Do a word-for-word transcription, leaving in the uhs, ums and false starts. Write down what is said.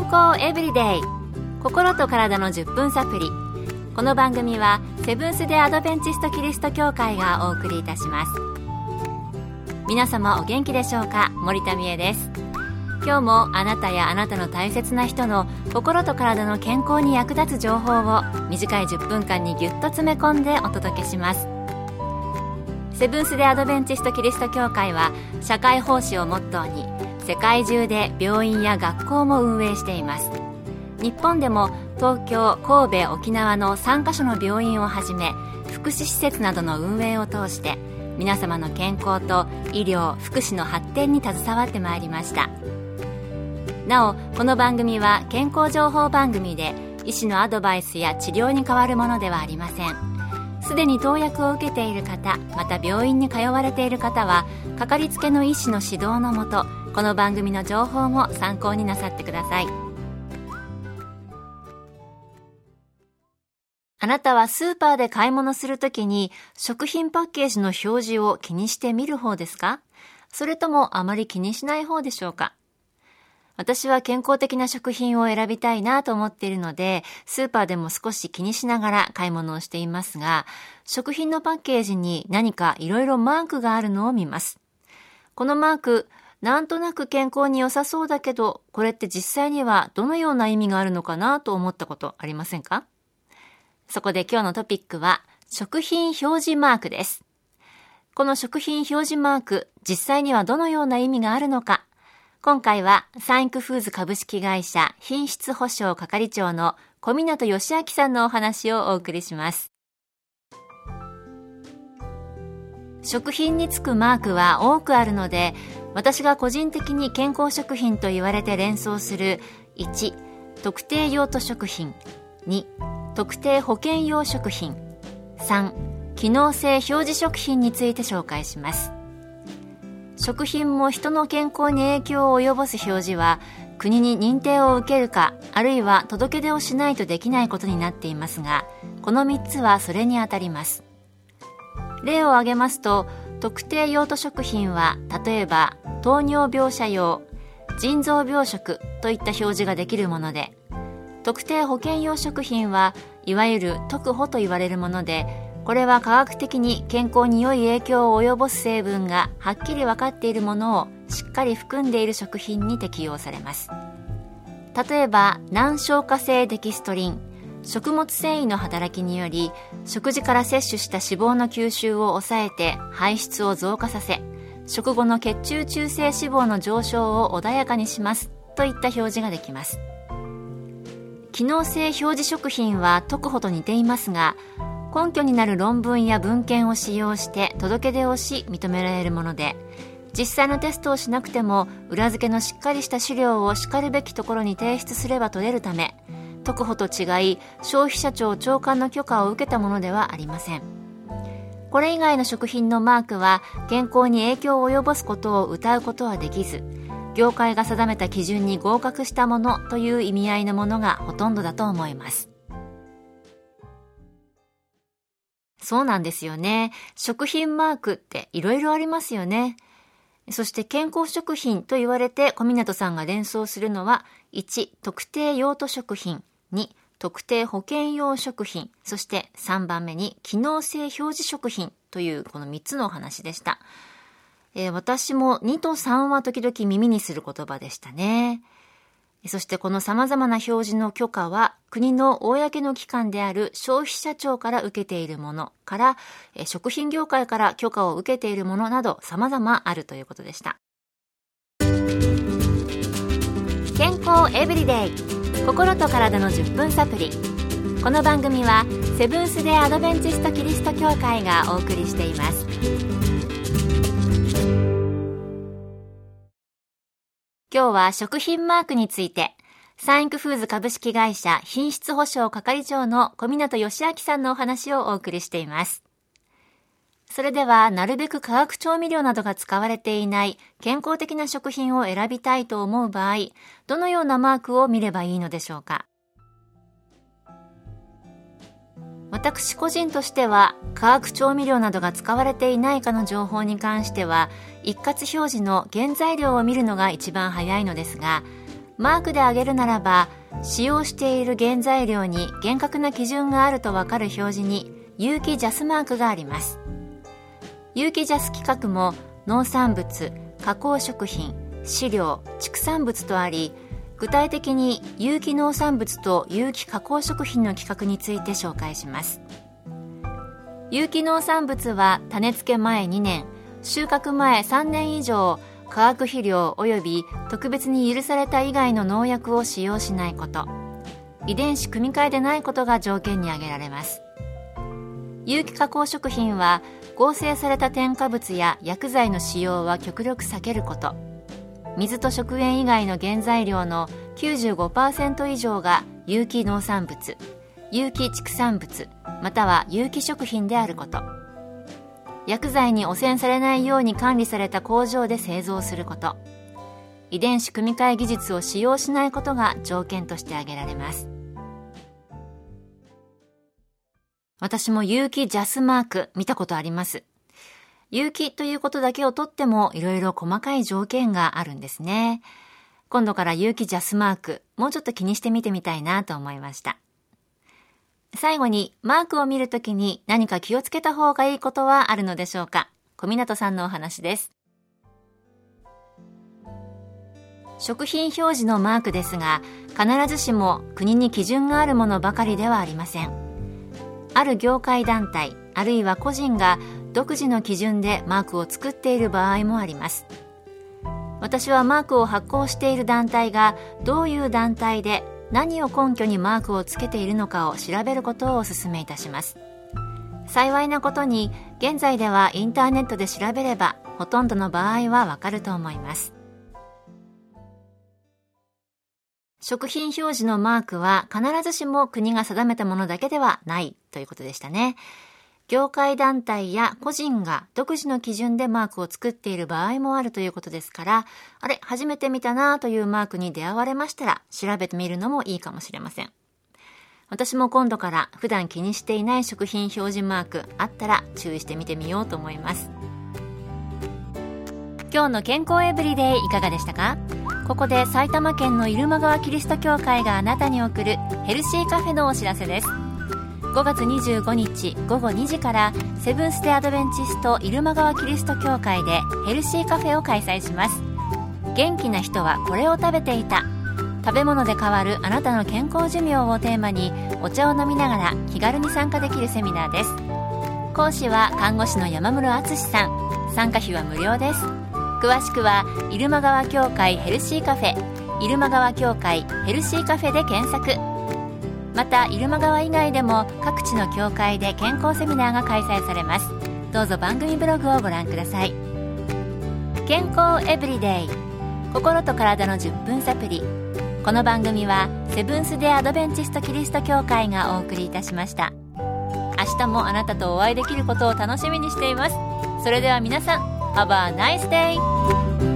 康エブリデイ、心と体のじゅっぷんサプリ。この番組はセブンス・デ・アドベンチスト・キリスト教会がお送りいたします。皆様お元気でしょうか。森田美恵です。今日もあなたやあなたの大切な人の心と体の健康に役立つ情報を短いじゅっぷんかんにぎゅっと詰め込んでお届けします。セブンス・デ・アドベンチスト・キリスト教会は社会奉仕をモットーに世界中で病院や学校も運営しています。日本でも東京、神戸、沖縄のさんカ所の病院をはじめ福祉施設などの運営を通して皆様の健康と医療・福祉の発展に携わってまいりました。なお、この番組は健康情報番組で医師のアドバイスや治療に代わるものではありません。すでに投薬を受けている方、また病院に通われている方はかかりつけの医師の指導のもと、この番組の情報も参考になさってください。あなたはスーパーで買い物するときに食品パッケージの表示を気にして見る方ですか？それともあまり気にしない方でしょうか？私は健康的な食品を選びたいなと思っているので、スーパーでも少し気にしながら買い物をしていますが、食品のパッケージに何かいろいろマークがあるのを見ます。このマーク、なんとなく健康に良さそうだけど、これって実際にはどのような意味があるのかなと思ったことありませんか？そこで今日のトピックは食品表示マークです。この食品表示マーク、実際にはどのような意味があるのか、今回はサンイクフーズ株式会社品質保証係長の小湊義明さんのお話をお送りします。食品につくマークは多くあるので、私が個人的に健康食品と言われて連想するいち、特定用途食品、に、特定保険用食品、さん、機能性表示食品について紹介します。食品も人の健康に影響を及ぼす表示は国に認定を受けるか、あるいは届け出をしないとできないことになっていますが、このみっつはそれにあたります。例を挙げますと、特定用途食品は例えば糖尿病者用、腎臓病食といった表示ができるもので、特定保険用食品はいわゆる特保と言われるもので、これは科学的に健康に良い影響を及ぼす成分がはっきり分かっているものをしっかり含んでいる食品に適用されます。例えば難消化性デキストリン、食物繊維の働きにより食事から摂取した脂肪の吸収を抑えて排出を増加させ、食後の血中中性脂肪の上昇を穏やかにしますといった表示ができます。機能性表示食品は特保と似ていますが、根拠になる論文や文献を使用して届け出をし認められるもので、実際のテストをしなくても裏付けのしっかりした資料をしかるべきところに提出すれば取れるため、特保と違い消費者庁長官の許可を受けたものではありません。これ以外の食品のマークは健康に影響を及ぼすことを謳うことはできず、業界が定めた基準に合格したものという意味合いのものがほとんどだと思います。そうなんですよね。食品マークっていろいろありますよね。そして健康食品と言われて小湊さんが連想するのは、いち、特定用途食品、に、特定保険用食品、そしてさんばんめに機能性表示食品というこのみっつのお話でした。えー、私もにとさんは時々耳にする言葉でしたね。そしてこの様々な表示の許可は国の公の機関である消費者庁から受けているものから、食品業界から許可を受けているものなど様々あるということでした。健康エブリデイ、心と体のじゅっぷんサプリ。この番組はセブンス・デ・アドベンチスト・キリスト教会がお送りしています。今日は食品マークについて、サンイクフーズ株式会社品質保証係長の小湊義明さんのお話をお送りしています。それでは、なるべく化学調味料などが使われていない健康的な食品を選びたいと思う場合、どのようなマークを見ればいいのでしょうか。私個人としては、化学調味料などが使われていないかの情報に関しては、一括表示の原材料を見るのが一番早いのですが、 マークで挙げるならば、使用している原材料に厳格な基準があるとわかる表示に有機ジャスマークがあります。有機ジャス規格も農産物、加工食品、飼料、畜産物とあり、具体的に有機農産物と有機加工食品の規格について紹介します。有機農産物は種付け前にねん、収穫前さんねん以上、化学肥料及び特別に許された以外の農薬を使用しないこと、遺伝子組み換えでないことが条件に挙げられます。有機加工食品は合成された添加物や薬剤の使用は極力避けること、水と食塩以外の原材料の きゅうじゅうごパーセント 以上が有機農産物、有機畜産物または有機食品であること、薬剤に汚染されないように管理された工場で製造すること、遺伝子組み換え技術を使用しないことが条件として挙げられます。私も有機ジャスマーク見たことあります。有機ということだけをとってもいろいろ細かい条件があるんですね。今度から有機ジャスマーク、もうちょっと気にして見てみたいなと思いました。最後に、マークを見るときに何か気をつけた方がいいことはあるのでしょうか。小湊さんのお話です。食品表示のマークですが、必ずしも国に基準があるものばかりではありません。ある業界団体、あるいは個人が独自の基準でマークを作っている場合もあります。私はマークを発行している団体がどういう団体で何を根拠にマークをつけているのかを調べることをお勧めいたします。幸いなことに現在ではインターネットで調べればほとんどの場合はわかると思います。食品表示のマークは必ずしも国が定めたものだけではないということでしたね。業界団体や個人が独自の基準でマークを作っている場合もあるということですから、あれ、初めて見たなというマークに出会われましたら調べてみるのもいいかもしれません。私も今度から普段気にしていない食品表示マークあったら注意してみてみようと思います。今日の健康エブリデイいかがでしたか？ここで埼玉県の入間川キリスト教会があなたに送るヘルシーカフェのお知らせです。ごがつにじゅうごにちごごにじからセブンス・デ・アドベンチスト入間川キリスト教会でヘルシーカフェを開催します。元気な人はこれを食べていた、食べ物で変わるあなたの健康寿命をテーマにお茶を飲みながら気軽に参加できるセミナーです。講師は看護師の山室敦さん。参加費は無料です。詳しくは入間川教会ヘルシーカフェ、入間川教会ヘルシーカフェで検索。また入間川以外でも各地の教会で健康セミナーが開催されます。どうぞ番組ブログをご覧ください。健康エブリデイ、心と体のじゅっぷんサプリ。この番組はセブンス・デ・アドベンチスト・キリスト教会がお送りいたしました。明日もあなたとお会いできることを楽しみにしています。それでは皆さん、Have a nice day!